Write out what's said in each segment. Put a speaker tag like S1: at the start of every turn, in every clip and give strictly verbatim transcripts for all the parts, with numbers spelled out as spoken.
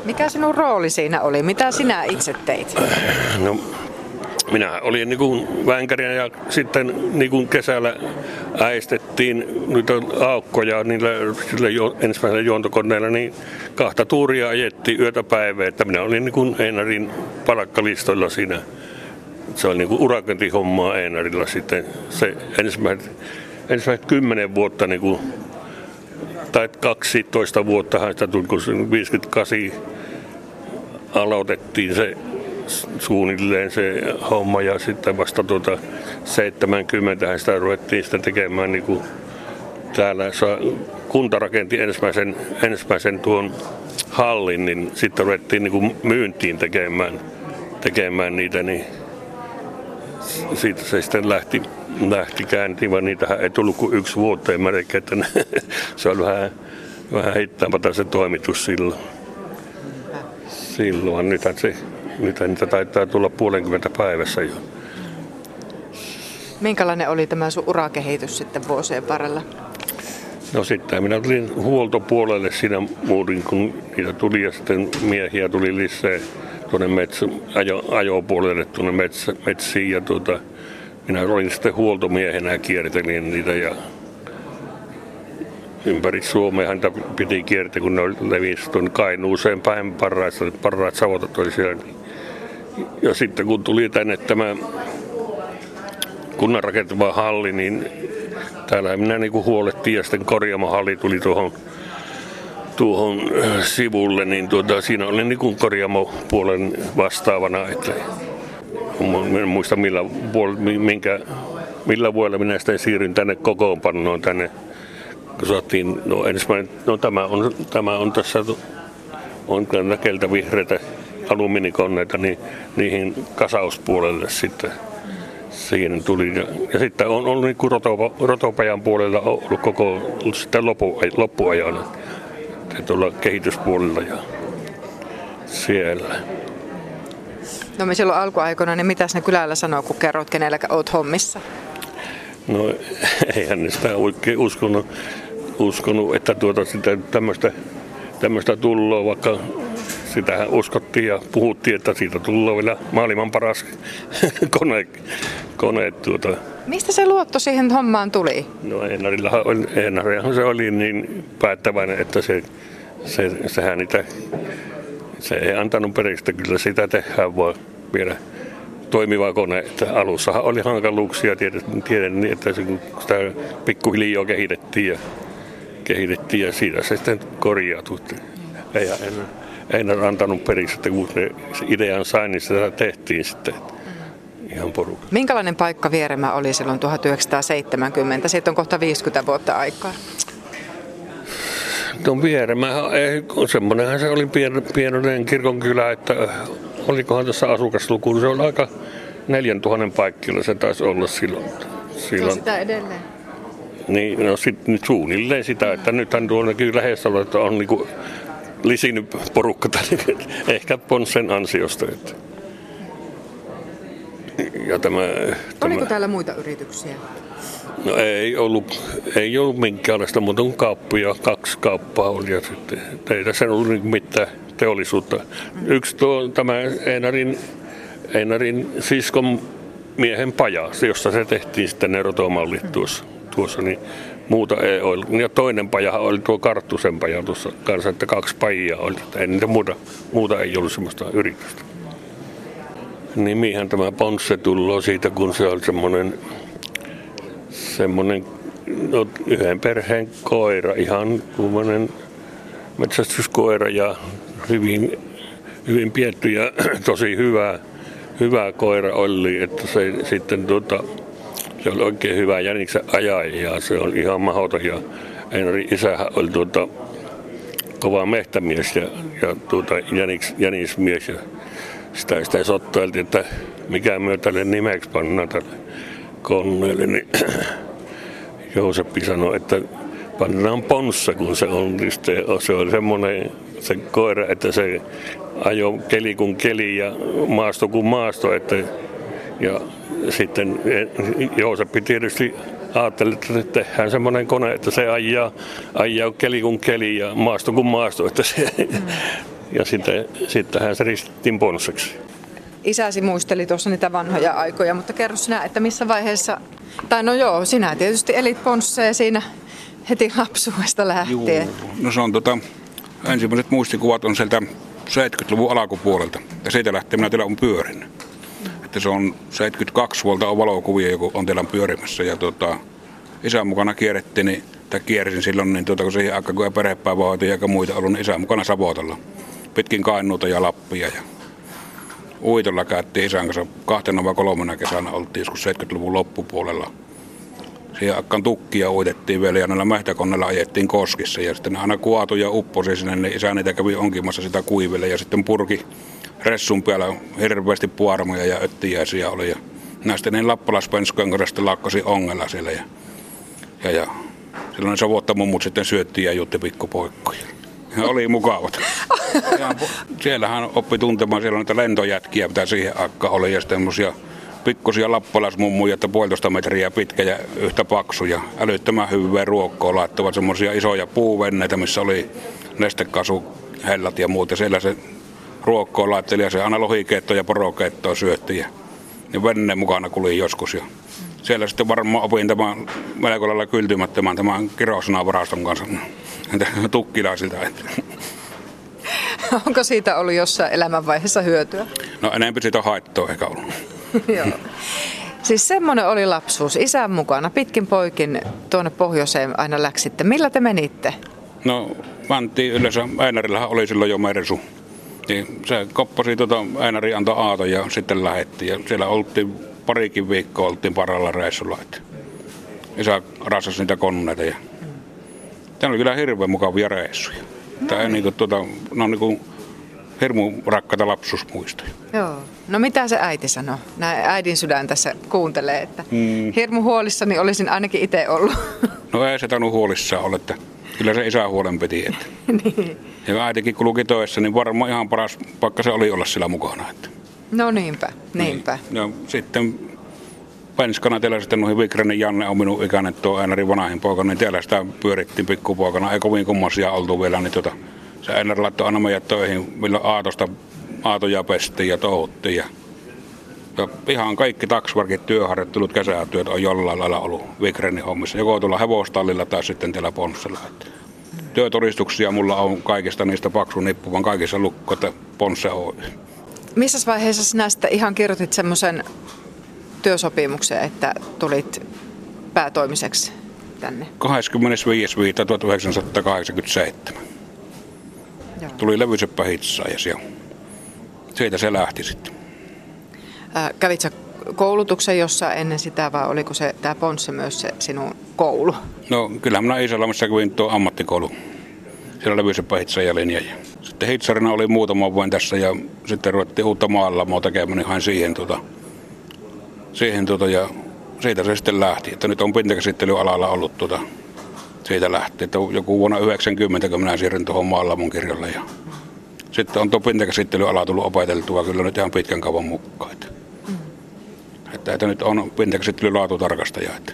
S1: Mikä sinun rooli siinä oli? Mitä sinä itse teit?
S2: No, minä olin niin kuin vänkärinä ja sitten niin kuin kesällä äistettiin niitä aukkoja niillä sillä jo, ensimmäisellä juontokoneella, niin kahta tuuria ajettiin yötä päivää, että minä olin niin kuin Einarin palkkalistoilla siinä. Se oli niin kuin urakointihommaa Einarilla sitten se ensimmäiset, ensimmäiset kymmenen vuotta, niin kuin, tai kaksitoista vuottahan sitä tuli, kun viisikymmentäkahdeksan aloitettiin se suunnilleen se homma ja sitten vasta tuota seitsemänkymmentä sitä ruvettiin sitä tekemään niin kuin täällä kunta rakenti ensimmäisen, ensimmäisen tuon hallin, niin sitten ruvettiin niin kuin myyntiin tekemään, tekemään niitä, niin siitä se sitten lähti, lähti kääntiin, vaan niitähän ei tullut kuin yksi vuoteen melkein, että ne, se oli vähän, vähän hittaampata se toimitus silloin. Silloin nythän se Nyt niitä taitaa tulla puolenkymmentä päivässä jo.
S1: Minkälainen oli tämä sun urakehitys sitten vuosien varrella?
S2: No sitten minä tulin huoltopuolelle siinä muuten, kun niitä tuli ja sitten miehiä tuli lisää tuonne metsä, ajo, ajopuolelle tuonne metsä, metsiin. Ja tuota, minä olin sitten huoltomiehenä ja kiertelin niitä ja ympäri Suomea niitä piti kiertää, kun ne levisi tuonne Kainuuseen päin parhaissa, parhaat savotat oli siellä. Ja sitten kun tuli tänne tämä kunnan rakentama halli, niin täällä minä niinku huolettiin ja sitten korjaamahalli tuli tuohon, tuohon sivulle, niin tuota, siinä oli niinku korjaamopuolen vastaavana. Että en muista millä, minkä, millä vuodella minä sitten siirryn tänne kokoonpannoon tänne. Kun saatiin, no ensimmäinen, no tämä on, tämä on tässä, on näkeltä vihreitä alumiinikoneita, niin niihin kasauspuolelle sitten siihen tuli. Ja, ja sitten on ollut niin kuin rotopa, rotopajan puolella ollut koko sitten loppu, loppuajana, tuolla kehityspuolella ja siellä.
S1: No me silloin alkuaikoina, niin mitäs ne kylällä sanoo, kun kerrot, kenellä olet hommissa?
S2: No eihän ne sitä oikein uskonut, uskonut että tuota sitä tämmöistä, tämmöistä tulloa, vaikka sitähän uskottiin ja puhuttiin, että siitä tullaan vielä maailman paras kone. kone tuota.
S1: Mistä se luotto siihen hommaan tuli?
S2: No Einarillahan oli, Einarihan se oli niin päättäväinen, että se, se, sehän niitä, se ei antanut peristä, kyllä sitä tehdään vaan vielä toimiva kone. Että alussahan oli hankaluuksia, tiedän, että se, sitä pikkuhiljaa kehitettiin ja, kehitettiin ja siitä se sitten korjautui. Ei enää. Ei ne antanut periksi, että kun ne idean sai, niin sitä tehtiin sitten ihan porukka.
S1: Minkälainen paikka Vieremä oli silloin tuhatyhdeksänsataaseitsemänkymmentä? Siitä on kohta viisikymmentä vuotta aikaa.
S2: No Vieremä, semmoinenhan se oli pien, pienoinen kirkonkylä, että olikohan tuossa asukasluku, se oli aika neljäntuhannen paikkilla se taisi olla silloin. silloin.
S1: Se sitä edelleen?
S2: Niin, no sit, nyt suunnilleen sitä, että nythän tuolla kyllä lähes on niinku lisinyt porukka ehkä Ponssen ansiosta. Että. Ja tämä,
S1: Oliko
S2: tämä,
S1: täällä muita yrityksiä?
S2: No ei ollut, ei ollut minkäänlaista, mutta on kauppoja, kaksi kauppaa oli ja sitten ei tässä ollut mitään teollisuutta. Mm. Yksi tuo tämä Einarin, Einarin siskon miehen paja, josta se tehtiin sitten ne rotomallit mm. tuossa, tuossa niin muuta ei ollut. Ja toinen pajahan oli tuo Karttusen paja tuossa kanssa, että kaksi pajia oli. Ei niitä muuta, muuta ei ollut semmoista yritystä. Nimihän tämä Ponsse tullut siitä, kun se oli semmoinen, semmoinen no, yhden perheen koira, ihan kummoinen metsästyskoira ja hyvin, hyvin pietty ja tosi hyvä, hyvä koira oli, että se sitten tuota, se oli oikein hyvä jäniksen ajaja ja se oli ihan mahdoton ja Einarin isähän oli tuota, kova mehtämies ja, ja tuota, jäniks, jänismies ja sitä, sitä sottailtiin, että mikä myö tälle nimeksi pannaan tälle koneelle, niin Jooseppi sanoi, että pannaan Ponssa, kun se on, se oli semmoinen se koira, että se ajoi keli kuin keli ja maasto kuin maasto, että ja sitten Jooseppi tietysti ajatteli, että tehdään semmoinen kone, että se ajaa, ajaa keli kuin keli ja maasto kuin maasto, että se, mm. ja sitten, sittenhän se ristittiin Ponsseksi.
S1: Isäsi muisteli tuossa niitä vanhoja aikoja, mutta kerro sinä, että missä vaiheessa, tai no joo, sinä tietysti elit Ponssea siinä heti lapsuudesta lähtien.
S3: Juu. No se on tota, ensimmäiset muistikuvat on sieltä seitsemänkymmentäluvun alkupuolelta, ja siitä lähtien minä teillä on pyörin. Että se on seitsemänkymmentäkaksi vuolta on valokuvia, joku on teillä pyörimässä, ja tota, isän mukana kierrettiin, niin, tai kiersin silloin, niin tuota, kun siihen aikaan, kun ei perhepäivähoitoja eikä muita ollut, niin isän mukana Savotalla. Pitkin Kainuuta ja Lappia, ja uitolla käyttiin isän kanssa kahtena vai kolmena kesänä, oltiin joskus seitsemänkymmentäluvun loppupuolella. Siihen aikaan tukkia uitettiin vielä ja näillä mähtäkoneilla ajettiin koskissa ja sitten aina kuatu ja upposi sinne, niin isä niitä kävi onkimassa sitä kuiville ja sitten purki ressun päällä hirveästi puarmoja ja öttiäisiä oli ja näistä niin lappalaispenskojen kanssa sitten lakkasi ongella siellä ja, ja, ja silloin savottamummut sitten syöttiin ja jutti pikkupoikkoja. Ja oli mukavat. Ja siellähän oppi tuntemaan, siellä niitä lentojätkiä, mitä siihen aikaan oli, ja sitten semmoisia pikkusia lappalaismummuja, että puolitoista metriä pitkä ja yhtä paksu, ja älyttömän hyvää ruokkoa laittavat semmoisia isoja puuvenneitä, missä oli nestekasuhellat ja muut, ja siellä se ruokkoa laitteli, ja se aina lohikeittoa ja porokeittoa syötti, ja, ja venneen mukana kuli joskus, ja siellä sitten varmaan opin tämän melko lailla kyltymättömän tämän kirosanavaraston kanssa tukkilaisilta.
S1: Onko siitä ollut jossain elämänvaiheessa hyötyä?
S3: No enemmän siitä haittoa eikä ollut.
S1: Joo. Siis semmoinen oli lapsuus. Isän mukana pitkin poikin tuonne pohjoiseen aina läksitte. Millä te menitte?
S3: No mentiin yleensä, Äinärillähän oli silloin jo mersu. Niin se koppasi tuota, Äinäri antoi aato ja sitten lähettiin. Ja siellä oltiin parikin viikkoa oltiin parhaalla reissulla. Isä rassasi niitä koneita. Ja tämä oli kyllä hirveän mukavia reissuja. Tämä niin kuin, tuota, no niin kuin hirmu rakkaita lapsuusmuistoja.
S1: Joo. No mitä se äiti sanoi? Näin äidin sydän tässä kuuntelee, että
S3: mm.
S1: hirmu huolissani olisin ainakin itse ollut.
S3: No ei se tainnut huolissaan olla, että kyllä se isä huolen piti. Että.
S1: Niin.
S3: Ja äitikin kulki töissä, niin varmaan ihan paras paikka se oli olla siellä mukana. Että.
S1: No niinpä, niinpä.
S3: Niin. No sitten penskana teillä sitten noihin Vikranen Janne on minun ikäinen tuo Äinärin vanhin poika, niin teillä sitä pyörittiin pikkupoikana. Ei kovin kummasia oltu vielä, niin tuota, se Äinäri laittoi aina meidät töihin, milloin aatosta aatoja pestiin ja touhuttiin. Ja, ja ihan kaikki taksivarkit, työharjoittelut, kesätyöt on jollain lailla ollut Vikranin hommissa. Joko tuolla hevostallilla tai sitten teillä Ponssella. Työtodistuksia mulla on kaikista niistä paksun nippuvan kaikissa lukko, että Ponsse Oy.
S1: Missä vaiheessa sinä sitten ihan kirjoitit semmoisen työsopimuksen, että tulit päätoimiseksi tänne?
S3: kahdeskymmenesviides viidettä tuhatyhdeksänsataakahdeksankymmentäseitsemän.
S1: Joo.
S3: Tuli levyseppä hitsaajas ja siitä se lähti sitten.
S1: Ää, kävit sä koulutuksen jossain ennen sitä vai oliko se tämä Ponsse myös se sinun koulu?
S3: No kyllähän minä Iisalmassa kävin tuo ammattikoulu. Siellä levyseppä hitsaajan linja. Sitten hitsarina oli muutama vuoden tässä ja sitten ruvettiin uutta maallamoa tekemään ihan siihen tuota. Siihen tuota ja siitä se sitten lähti, että nyt on pintakäsittelyalalla ollut tuota, siitä lähti, että joku vuonna yhdeksänkymmentä, kun minä siirryn tuohon maailman kirjalle ja sitten on tuo pintakäsittelyala tullut opeteltua kyllä nyt ihan pitkän kauan mukaan. Että, mm. että, että nyt on pintakäsittelylaatutarkastaja. Että,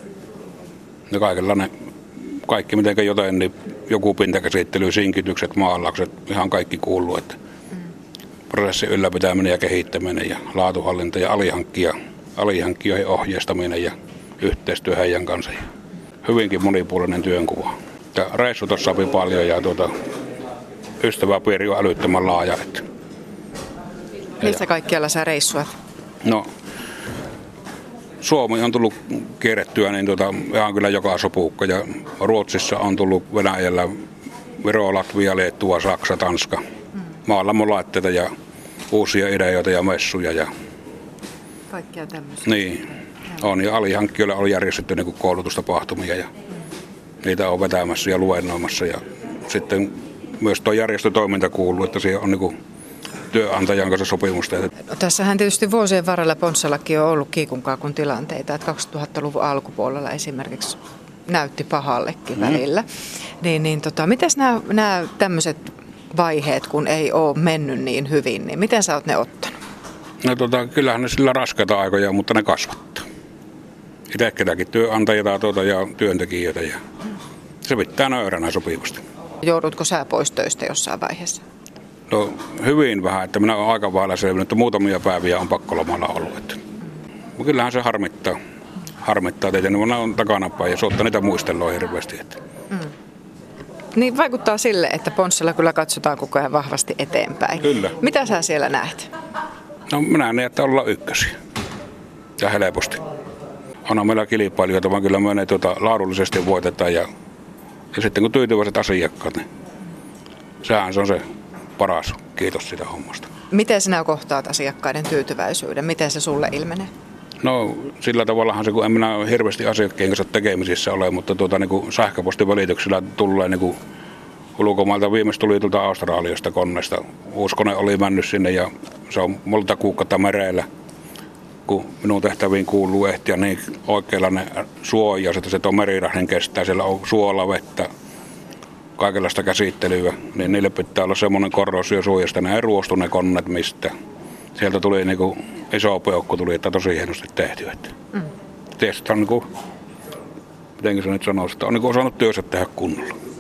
S3: ja kaikenlainen, kaikki miten jotain, niin joku pintakäsittely, sinkitykset, maalaukset, ihan kaikki kuuluu. Että mm. prosessin ylläpitäminen ja kehittäminen ja laatuhallinta ja alihankkija. alihankkijoihin ohjeistaminen ja yhteistyö heidän kanssa. Hyvinkin monipuolinen työnkuva. Ja reissu tuossa sopii paljon ja tuota, ystäväpiiri on älyttömän laaja. Että.
S1: Missä kaikkialla sä reissuat?
S3: No, Suomi on tullut kierrettyä niin tuota, ihan kyllä joka sopuukka. Ja Ruotsissa on tullut Venäjällä Viro, Latvia, Liettua, Saksa, Tanska. Hmm. Maailmanlaitteita ja uusia ideoita ja messuja. Ja
S1: kaikkia tämmöisiä.
S3: Niin, on ja alihankkijoilla on järjestetty niin kuin koulutustapahtumia ja mm. niitä on vetämässä ja luennoimassa ja sitten myös tuo järjestötoiminta kuuluu, että siihen on niin kuin työnantajan kanssa sopimusta.
S1: No, tässähän tietysti vuosien varrella Ponssellakin on ollut kiikunkaakun tilanteita, että kaksituhattaluvun alkupuolella esimerkiksi näytti pahallekin mm. välillä. Niin, niin tota, mites nämä, nämä tämmöiset vaiheet, kun ei ole mennyt niin hyvin, niin miten sä oot ne ottanut?
S3: No tota, kyllähän ne sillä raskaita aikoja, mutta ne kasvattaa. Itse ketäkin työnantajia tuota ja työntekijöitä ja se pitää nöyränä sopivasti.
S1: Joudutko sä pois töistä jossain vaiheessa?
S3: No hyvin vähän, että minä olen aika vailla selvinnyt, että muutamia päiviä on pakkolomalla ollut. Että. Kyllähän se harmittaa. Harmittaa teitä, niin minä olen takanapäin ja suotta niitä muistellaan hirveästi. Että.
S1: Mm. Niin vaikuttaa sille, että Ponssalla kyllä katsotaan koko ajan vahvasti eteenpäin.
S3: Kyllä.
S1: Mitä sä siellä näet?
S3: No minä näen, että ollaan ykkösiä. Ja helposti. Onhan meillä kilpailijoita, vaan kyllä me tuota laadullisesti voitetaan. Ja, ja sitten kun tyytyväiset asiakkaat, niin sehän se on se paras. Kiitos sitä hommasta.
S1: Miten sinä kohtaat asiakkaiden tyytyväisyyden? Miten se sulle ilmenee?
S3: No sillä tavallahan se, kun en minä hirveästi asiakkaan kanssa tekemisissä ole, mutta tuota, niin kuin sähköpostin välityksellä tulee niin kuin ulkomailta. Viimeksi tuli tuolta Australiasta koneesta. Uusi kone oli mennyt sinne ja se on monta kuukautta mereillä. Kun minun tehtäviin kuuluu ehtiä niin oikeanlainen suojaus, että se tuon merirahden kestää. Siellä on suola, vettä, kaikenlaista käsittelyä, niin niille pitää olla semmoinen korrosiosuoja, että ne ei ruostu ne koneet mistä. Sieltä tuli niinku iso peukku, tuli, että tosi hienosti tehty. Mm. Tietysti on niinku, miten se nyt sanoisi, että on niinku osannut työssä tehdä kunnolla.